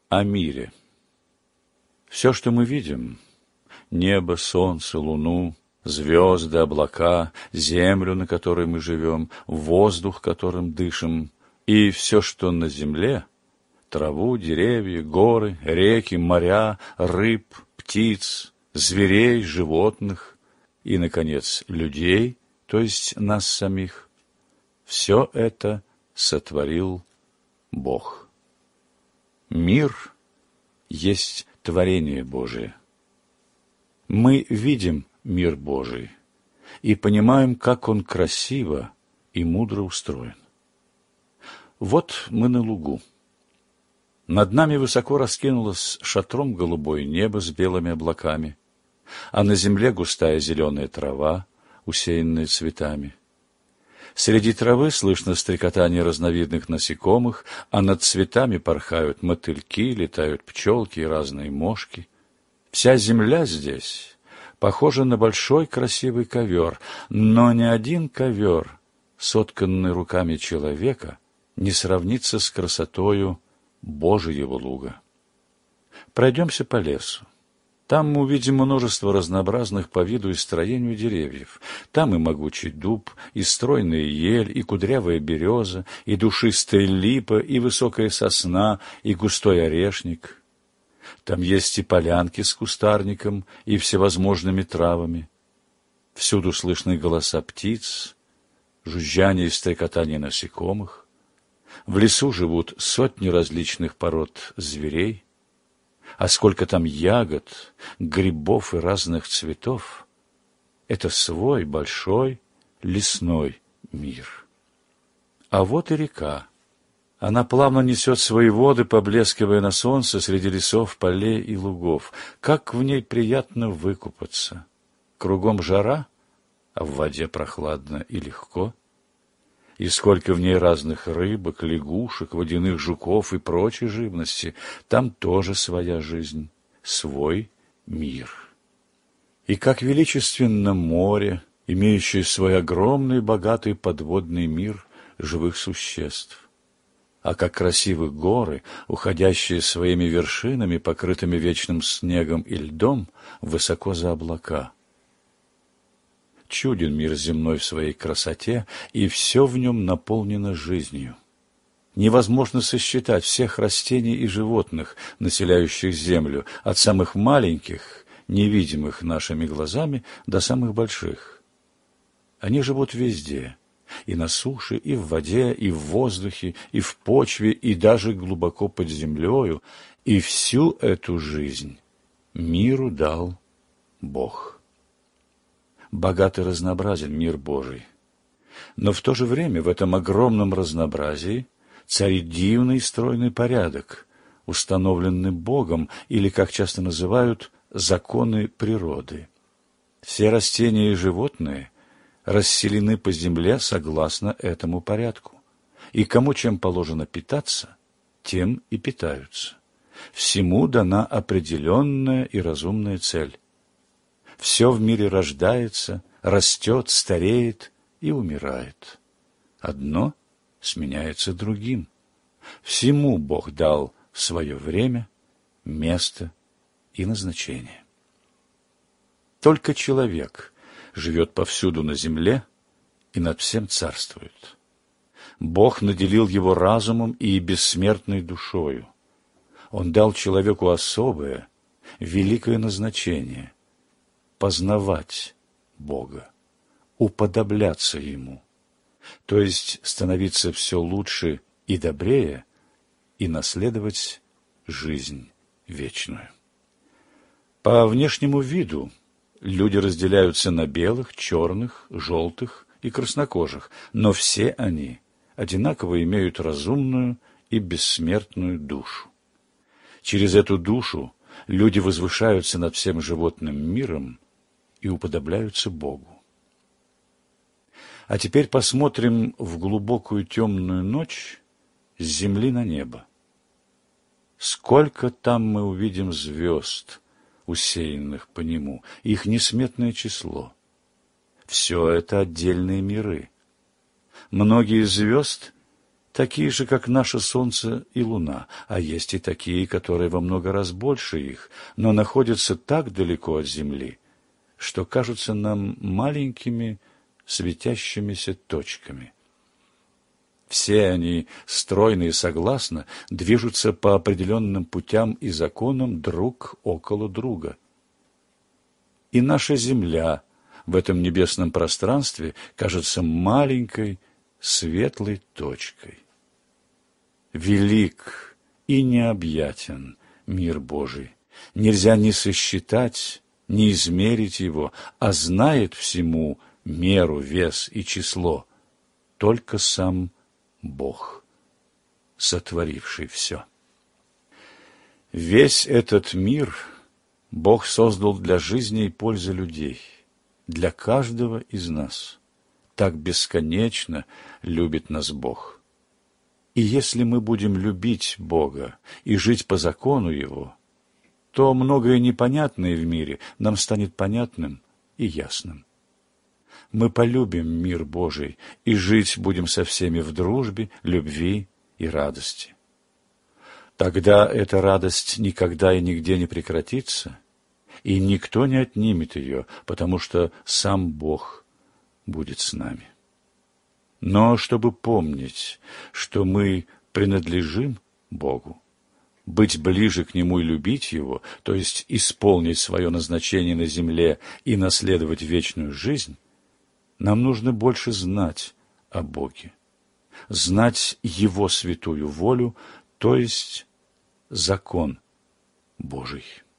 О мире. Все, что мы видим — небо, солнце, луну, звезды, облака, землю, на которой мы живем, воздух, которым дышим, и все, что на земле — траву, деревья, горы, реки, моря, рыб, птиц, зверей, животных и, наконец, людей, то есть нас самих — все это сотворил Бог. Мир есть творение Божие. Мы видим мир Божий и понимаем, как он красиво и мудро устроен. Вот мы на лугу. Над нами высоко раскинулось шатром голубое небо с белыми облаками, а на земле густая зеленая трава, усеянная цветами. Среди травы слышно стрекотание разновидных насекомых, а над цветами порхают мотыльки, летают пчелки и разные мошки. Вся земля здесь похожа на большой красивый ковер, но ни один ковер, сотканный руками человека, не сравнится с красотою Божьего луга. Пройдемся по лесу. Там мы увидим множество разнообразных по виду и строению деревьев. Там и могучий дуб, и стройная ель, и кудрявая береза, и душистая липа, и высокая сосна, и густой орешник. Там есть и полянки с кустарником, и всевозможными травами. Всюду слышны голоса птиц, жужжание и стрекотание насекомых. В лесу живут сотни различных пород зверей. А сколько там ягод, грибов и разных цветов — это свой большой лесной мир. А вот и река. Она плавно несет свои воды, поблескивая на солнце среди лесов, полей и лугов. Как в ней приятно выкупаться. Кругом жара, а в воде прохладно и легко. И сколько в ней разных рыбок, лягушек, водяных жуков и прочей живности, там тоже своя жизнь, свой мир. И как величественно море, имеющее свой огромный богатый подводный мир живых существ. А как красивы горы, уходящие своими вершинами, покрытыми вечным снегом и льдом, высоко за облака. Чуден мир земной в своей красоте, и все в нем наполнено жизнью. Невозможно сосчитать всех растений и животных, населяющих землю, от самых маленьких, невидимых нашими глазами, до самых больших. Они живут везде, и на суше, и в воде, и в воздухе, и в почве, и даже глубоко под землею, и всю эту жизнь миру дал Бог. Богат и разнообразен мир Божий. Но в то же время в этом огромном разнообразии царит дивный и стройный порядок, установленный Богом, или, как часто называют, законы природы. Все растения и животные расселены по земле согласно этому порядку, и кому чем положено питаться, тем и питаются. Всему дана определенная и разумная цель. Все в мире рождается, растет, стареет и умирает. Одно сменяется другим. Всему Бог дал свое время, место и назначение. Только человек живет повсюду на земле и над всем царствует. Бог наделил его разумом и бессмертной душою. Он дал человеку особое, великое назначение — познавать Бога, уподобляться Ему, то есть становиться все лучше и добрее и наследовать жизнь вечную. По внешнему виду люди разделяются на белых, черных, желтых и краснокожих, но все они одинаково имеют разумную и бессмертную душу. Через эту душу люди возвышаются над всем животным миром и уподобляются Богу. А теперь посмотрим в глубокую темную ночь с земли на небо. Сколько там мы увидим звезд, усеянных по нему, их несметное число. Все это отдельные миры. Многие из звезд такие же, как наше Солнце и Луна, а есть и такие, которые во много раз больше их, но находятся так далеко от Земли, что кажутся нам маленькими светящимися точками. Все они, стройно и согласно, движутся по определенным путям и законам друг около друга. И наша Земля в этом небесном пространстве кажется маленькой, светлой точкой. Велик и необъятен мир Божий. Нельзя ни сосчитать, ни измерить его, а знает всему меру, вес и число только сам Бог, сотворивший все. Весь этот мир Бог создал для жизни и пользы людей, для каждого из нас. Так бесконечно любит нас Бог. И если мы будем любить Бога и жить по закону Его, то многое непонятное в мире нам станет понятным и ясным. Мы полюбим мир Божий и жить будем со всеми в дружбе, любви и радости. Тогда эта радость никогда и нигде не прекратится, и никто не отнимет ее, потому что сам Бог будет с нами. Но чтобы помнить, что мы принадлежим Богу, быть ближе к Нему и любить Его, то есть исполнить свое назначение на земле и наследовать вечную жизнь, нам нужно больше знать о Боге, знать Его святую волю, то есть закон Божий.